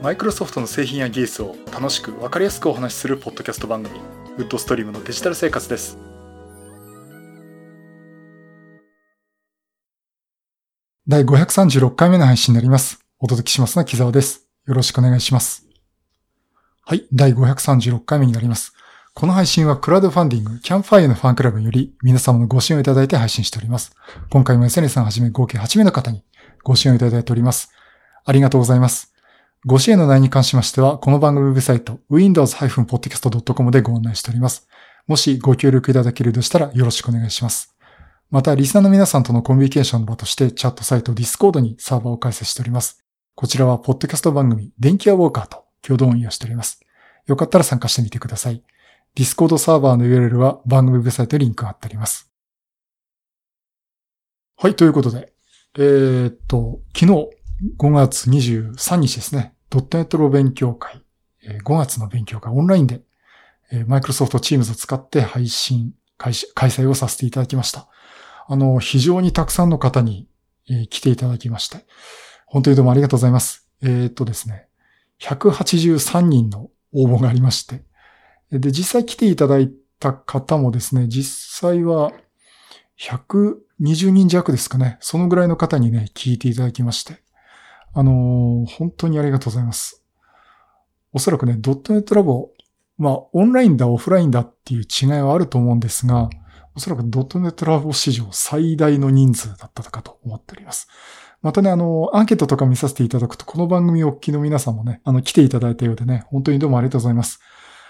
マイクロソフトの製品や技術を楽しく分かりやすくお話しするポッドキャスト番組、ウッドストリームのデジタル生活です。第536回目の配信になります。お届けしますのは木澤です。よろしくお願いします。はい、第536回目になります。この配信はクラウドファンディング、キャンプファイアのファンクラブにより皆様のご支援をいただいて配信しております。今回も SN さんはじめ合計8名の方にご支援をいただいております。ありがとうございます。ご支援の内容に関しましては、この番組ウェブサイト、windows-podcast.com でご案内しております。もしご協力いただけるとしたらよろしくお願いします。また、リスナーの皆さんとのコミュニケーションの場として、チャットサイト Discord にサーバーを開設しております。こちらは、ポッドキャスト番組、電気屋ウォーカーと共同運用しております。よかったら参加してみてください。Discord サーバーの URL は番組ウェブサイトにリンクが貼ってあります。はい、ということで、昨日5月23日ですね。.NET の勉強会、5月の勉強会オンラインで、Microsoft Teams を使って開催をさせていただきました。非常にたくさんの方に、来ていただきまして、本当にどうもありがとうございます。ですね、183人の応募がありまして、で、実際来ていただいた方もですね、実際は120人弱ですかね、そのぐらいの方にね、聞いていただきまして、本当にありがとうございます。おそらくね、.NET ラボ、オンラインだ、オフラインだっていう違いはあると思うんですが、おそらく .NET ラボ史上最大の人数だったかと思っております。またね、アンケートとか見させていただくと、この番組をお聞きの皆さんもね、来ていただいたようでね、本当にどうもありがとうございます。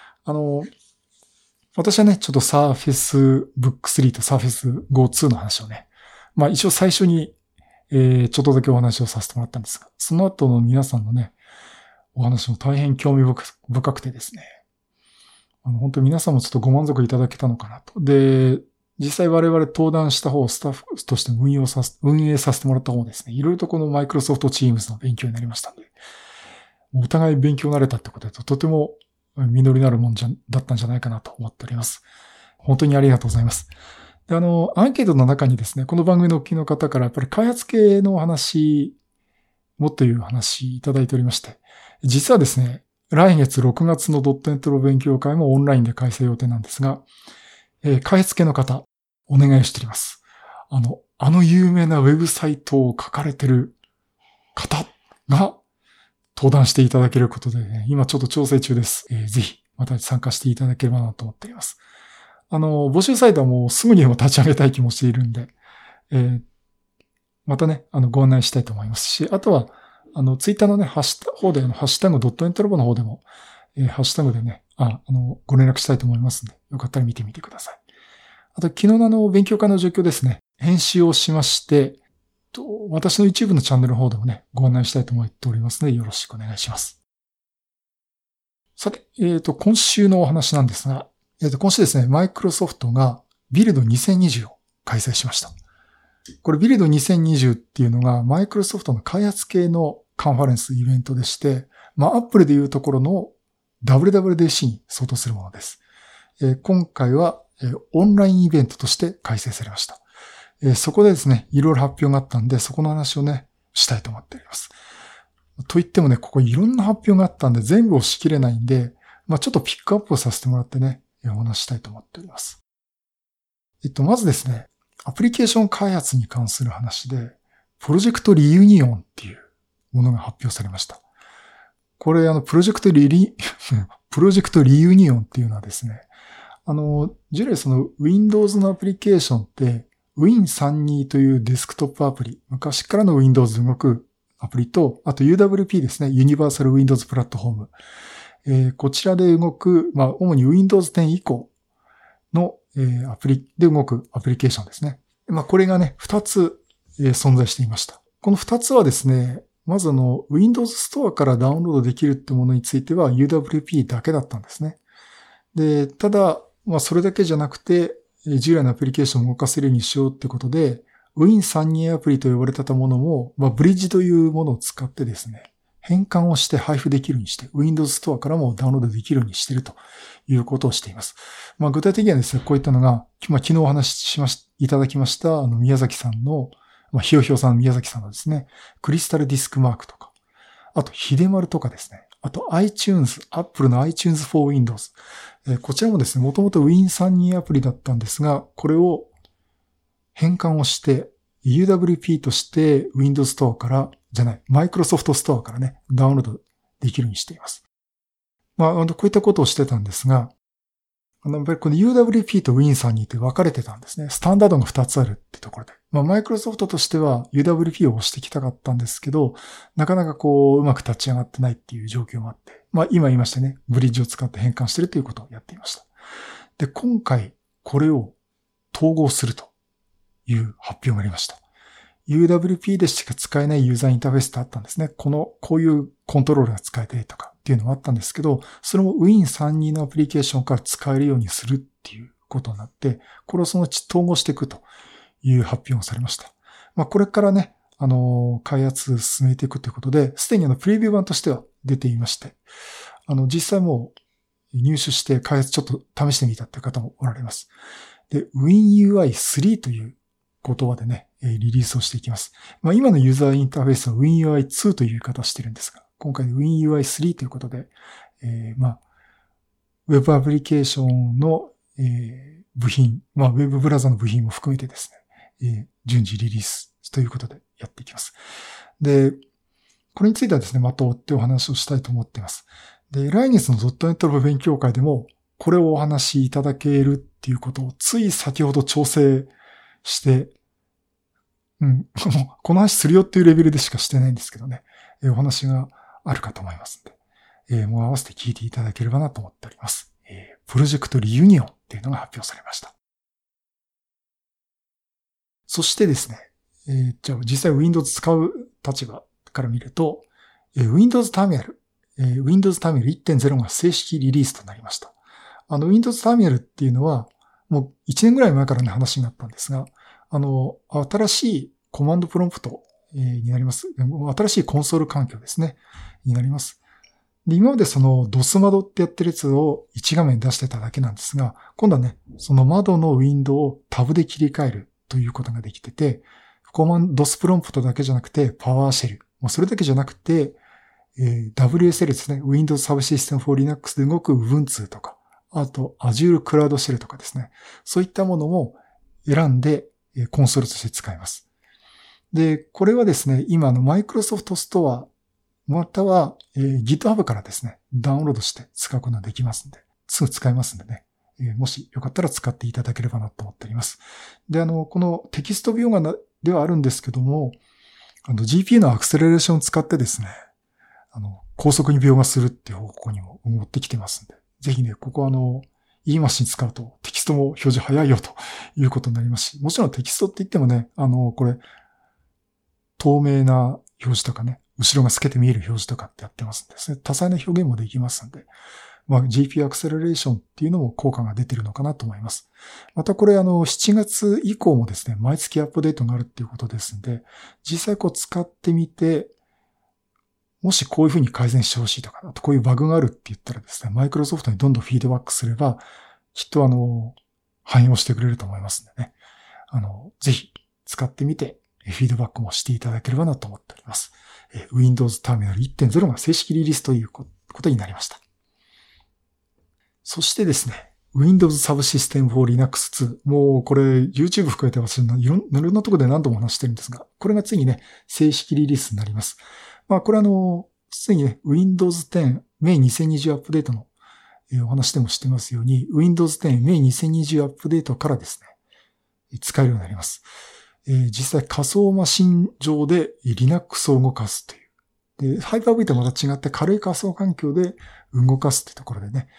私はね、ちょっと Surface Book 3と Surface Go 2の話をね、一応最初にちょっとだけお話をさせてもらったんですが、その後の皆さんのね、お話も大変興味深くてですね、本当に皆さんもちょっとご満足いただけたのかなと。で、実際我々登壇した方、スタッフとして運営させてもらった方ですね、いろいろとこの Microsoft Teams の勉強になりましたので、お互い勉強になれたってことで、とても実りのあるもんだったんじゃないかなと思っております。本当にありがとうございます。で、アンケートの中にですね、この番組のお聞きの方からやっぱり開発系のお話もという話いただいておりまして、実はですね、来月6月の.NET の勉強会もオンラインで開催予定なんですが、開発系の方、お願いしております。有名なウェブサイトを書かれている方が登壇していただけることでね、今ちょっと調整中です。ぜひ、また参加していただければなと思っております。募集サイトはもうすぐにでも立ち上げたい気もしているんで、またね、ご案内したいと思いますし、あとは、ツイッターのね、ハッシュタグ.NET ラボの方でも、ハッシュタグでね、ご連絡したいと思いますので、よかったら見てみてください。あと、昨日の勉強会の状況ですね、編集をしまして、私の YouTube のチャンネルの方でもね、ご案内したいと思っておりますので、よろしくお願いします。さて、今週のお話なんですが、今週ですね、マイクロソフトがビルド2020を開催しました。これビルド2020っていうのがマイクロソフトの開発系のカンファレンスイベントでして、アップルでいうところの WWDC に相当するものです。今回はオンラインイベントとして開催されました。そこでですね、いろいろ発表があったんで、そこの話をね、したいと思っております。と言ってもね、ここいろんな発表があったんで、全部をしきれないんで、ちょっとピックアップをさせてもらってね、お話したいと思っております。まずですね、アプリケーション開発に関する話で、プロジェクトリユニオンっていうものが発表されました。これ、プロジェクトリユニオンっていうのはですね、従来その Windows のアプリケーションって、Win32 というデスクトップアプリ、昔からの Windows で動くアプリと、あと UWP ですね、ユニバーサル Windows プラットフォーム。こちらで動く、主に Windows 10以降の、アプリで動くアプリケーションですね。これがね、2つ、存在していました。この2つはですね、まずWindows Store からダウンロードできるってものについては UWP だけだったんですね。で、ただ、それだけじゃなくて、従来のアプリケーションを動かせるようにしようってことで、Win32 アプリと呼ばれてたものも、ブリッジというものを使ってですね、変換をして配布できるようにして、Windows Store からもダウンロードできるようにしているということをしています。具体的にはですね、こういったのが、昨日お話しいただきました、宮崎さんの、ひよひよさん、宮崎さんのですね、クリスタルディスクマークとか、 あと、秀丸とかですね。あと iTunes、Apple の iTunes for Windows。こちらもですね、もともと Win32 アプリだったんですが、これを変換をして、UWP として Windows Store から、Microsoft Store からね、ダウンロードできるようにしています。こういったことをしてたんですが、やっぱりこの UWP と Win32 って分かれてたんですね。スタンダードが2つあるってところで。Microsoft としては UWP を押してきたかったんですけど、なかなかうまく立ち上がってないっていう状況もあって、今言いましたね、ブリッジを使って変換してるということをやっていました。で、今回これを統合するという発表がありました。UWP でしか使えないユーザーインターフェースってあったんですね。こういうコントロールが使えてとかっていうのもあったんですけど、それも Win32 のアプリケーションから使えるようにするっていうことになって、これをそのうち統合していくという発表がされました。これからね、開発進めていくということで、すでにプレビュー版としては出ていまして、実際もう入手して開発ちょっと試してみたっていう方もおられます。で、WinUI3 という言葉でね、リリースをしていきます。今のユーザーインターフェースは WinUI2 という言い方をしているんですが、今回 WinUI3 ということで、ウェブアプリケーションの、部品、ウェブブラウザの部品も含めてですね、順次リリースということでやっていきます。で、これについてはですね、また追ってお話をしたいと思っています。で、来月の .NET の勉強会でも、これをお話しいただけるっていうことをつい先ほど調整して、この話するよっていうレベルでしかしてないんですけどね、お話があるかと思いますので、もう合わせて聞いていただければなと思っております。プロジェクトリユニオンっていうのが発表されました。そしてですね、じゃあ実際 Windows 使う立場から見ると、Windows Terminal、Windows Terminal 1.0 が正式リリースとなりました。Windows Terminal っていうのは、もう1年ぐらい前からね話になったんですが、新しいコマンドプロンプトになります。新しいコンソール環境ですね。になります。で、今までその DOS 窓ってやってるやつを1画面出してただけなんですが、今度はね、その窓のウィンドウをタブで切り替えるということができてて、DOS プロンプトだけじゃなくて、パワーシェル。それだけじゃなくて、WSL ですね。Windows Subsystem for Linux で動く Ubuntu とか、あと Azure Cloud Shell とかですね。そういったものも選んでコンソールとして使います。で、これはですね、今の Microsoft Store または、GitHub からですね、ダウンロードして使うことができますんで、すぐ使えますんでね、もしよかったら使っていただければなと思っております。で、このテキスト描画ではあるんですけども、GPU のアクセラレーションを使ってですね、高速に描画するっていう方向にも持ってきてますんで、ぜひね、ここE マシン使うとテキストも表示早いよということになりますし、もちろんテキストって言ってもね、これ、透明な表示とかね、後ろが透けて見える表示とかってやってますんですね。多彩な表現もできますんで、GPU アクセラレーションっていうのも効果が出てるのかなと思います。またこれ7月以降もですね、毎月アップデートがあるっていうことですんで、実際使ってみて、もしこういうふうに改善してほしいとか、あとこういうバグがあるって言ったらですね、マイクロソフトにどんどんフィードバックすれば、きっと反映してくれると思いますんでね。ぜひ使ってみて、フィードバックもしていただければなと思っております。Windows Terminal 1.0 が正式リリースということになりました。そしてですね、Windows Subsystem for Linux 2。もうこれ YouTube 含めて私いろんなところで何度も話してるんですが、これがついにね、正式リリースになります。これついにね、Windows 10 May 2020アップデートのお話でもしてますように、Windows 10 May 2020アップデートからですね、使えるようになります。実際仮想マシン上で Linux を動かすという。で、Hyper-V とまた違って軽い仮想環境で動かすってところでね、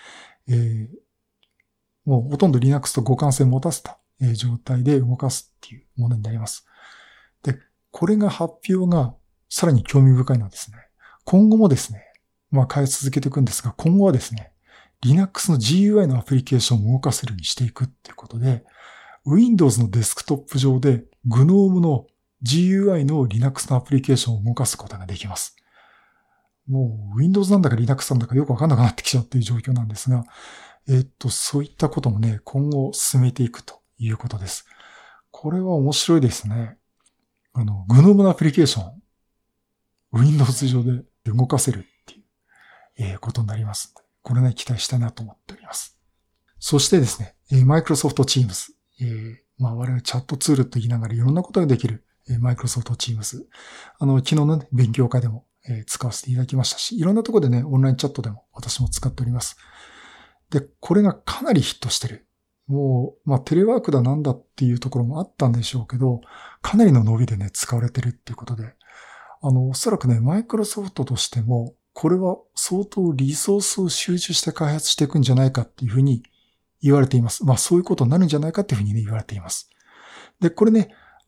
もうほとんど Linux と互換性を持たせた状態で動かすっていうものになります。で、これが発表がさらに興味深いのはですね、今後もですね、開発続けていくんですが、今後はですね、Linux の GUI のアプリケーションを動かせるようにしていくっていうことで、Windows のデスクトップ上で GNOME の GUI の Linux のアプリケーションを動かすことができます。もう Windows なんだか Linux なんだかよくわかんなくなってきちゃうっていう状況なんですが、そういったこともね、今後進めていくということです。これは面白いですね。GNOME のアプリケーション、Windows 上で動かせるっていう、ことになりますので、これね、期待したいなと思っております。そしてですね、Microsoft Teams、我々チャットツールと言いながらいろんなことができる、Microsoft Teams。昨日のね、勉強会でも、使わせていただきましたし、いろんなところでね、オンラインチャットでも私も使っております。で、これがかなりヒットしてる。もう、テレワークだなんだっていうところもあったんでしょうけど、かなりの伸びでね、使われてるっていうことで、おそらくね、マイクロソフトとしても、これは相当リソースを集中して開発していくんじゃないかっていうふうに言われています。そういうことになるんじゃないかっていうふうにね、言われています。で、これね、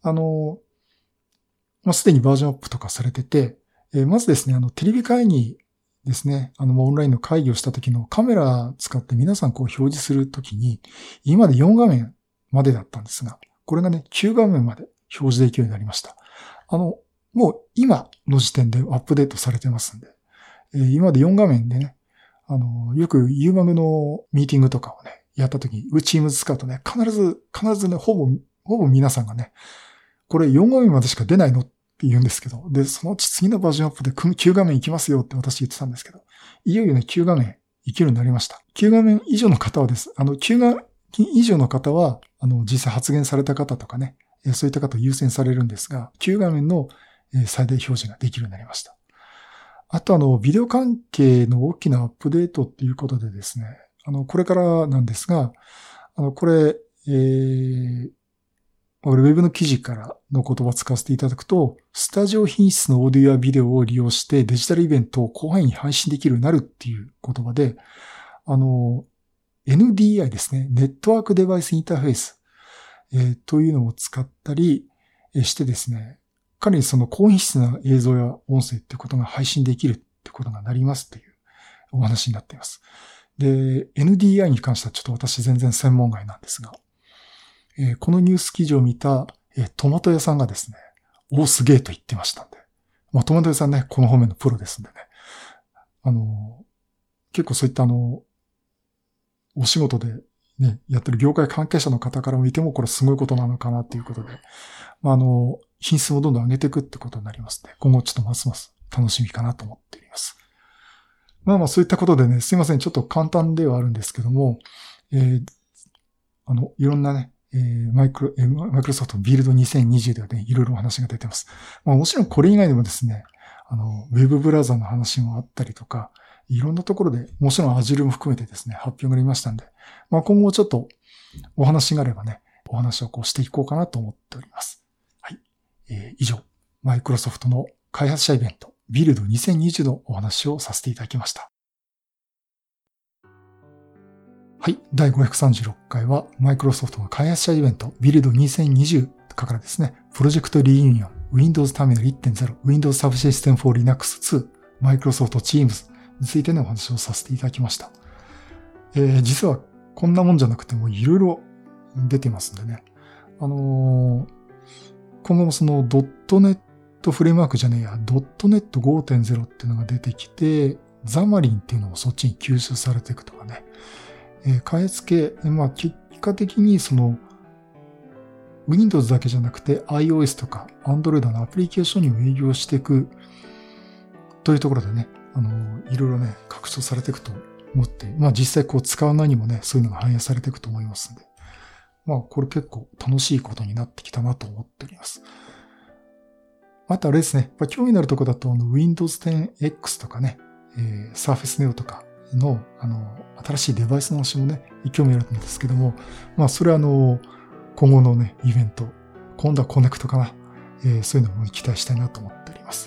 すでにバージョンアップとかされてて、まずですね、テレビ会議ですね、オンラインの会議をした時のカメラ使って皆さんこう表示するときに、今まで4画面までだったんですが、これがね、9画面まで表示できるようになりました。もう今の時点でアップデートされてますんで、今まで4画面でね、よく UMAG のミーティングとかをね、やった時に、Teams 使うとね、必ずね、ほぼ皆さんがね、これ4画面までしか出ないのって言うんですけど、で、そのうち次のバージョンアップで9画面行きますよって私言ってたんですけど、いよいよね、9画面行けるようになりました。9画面以上の方はです。9画面以上の方は、実際発言された方とかね、そういった方優先されるんですが、9画面の最大表示ができるようになりました。あとビデオ関係の大きなアップデートっていうことでですね、これからなんですが、これ、ウェブの記事からの言葉を使わせていただくと、スタジオ品質のオーディオやビデオを利用してデジタルイベントを広範囲に配信できるようになるっていう言葉で、NDI ですね、ネットワークデバイスインターフェース、というのを使ったりしてですね、かなりその高品質な映像や音声ってことが配信できるってことがなりますというお話になっています。で、NDI に関してはちょっと私全然専門外なんですが、このニュース記事を見たトマト屋さんがですね、すげえと言ってましたんで。トマト屋さんね、この方面のプロですんでね。結構そういったお仕事でね、やってる業界関係者の方からもいてもこれすごいことなのかなっていうことで、品質もどんどん上げていくってことになりますね。今後ちょっとますます楽しみかなと思っております。そういったことでね、すいません。ちょっと簡単ではあるんですけども、いろんなね、マイクロソフトビルド2020ではね、いろいろお話が出てます。もちろんこれ以外でもですね、ウェブブラウザの話もあったりとか、いろんなところで、もちろん Azure も含めてですね、発表がありましたんで、今後ちょっとお話があればね、お話をしていこうかなと思っております。はい。以上、マイクロソフトの開発者イベント、ビルド2020のお話をさせていただきました。はい。第536回は、マイクロソフトの開発者イベント、ビルド2020からですね、プロジェクトリユニオン、Windows Terminal 1.0、Windows Subsystem for Linux 2、Microsoft Teams についてのお話をさせていただきました。実はこんなもんじゃなくてもいろいろ出てますんでね。今後もその .NET フレームワークじゃねえや、.NET 5.0 っていうのが出てきて、ザマリンっていうのもそっちに吸収されていくとかね。開発系、結果的にその Windows だけじゃなくて iOS とか Android のアプリケーションにも営業していくというところでね、いろいろね、拡張されていくと思って、実際使うのにもね、そういうのが反映されていくと思いますんで、これ結構楽しいことになってきたなと思っております。あとあれですね、興味のあるところだとWindows 10X とかね、Surface Neo とかの、新しいデバイスの話もね、興味あるんですけども、それは今後のね、イベント、今度はコネクトかな、そういうのも期待したいなと思っております。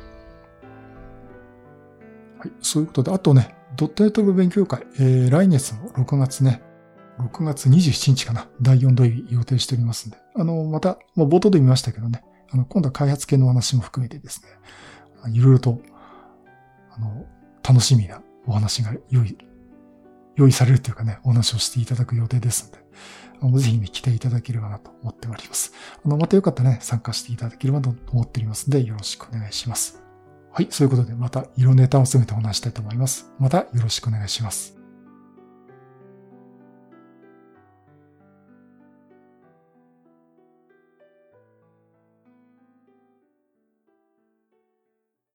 はい、そういうことで、あとね、.NET 部勉強会、来月の6月27日かな、第4土曜日予定しておりますんで、また、冒頭で見ましたけどね、今度は開発系の話も含めてですね、いろいろと、楽しみなお話が用意されるというかね、お話をしていただく予定ですので、ぜひね、来ていただければなと思っております。またよかったらね、参加していただければと思っておりますので、よろしくお願いします。はい、そういうことでまた色ネタを詰めてお話したいと思います。またよろしくお願いします。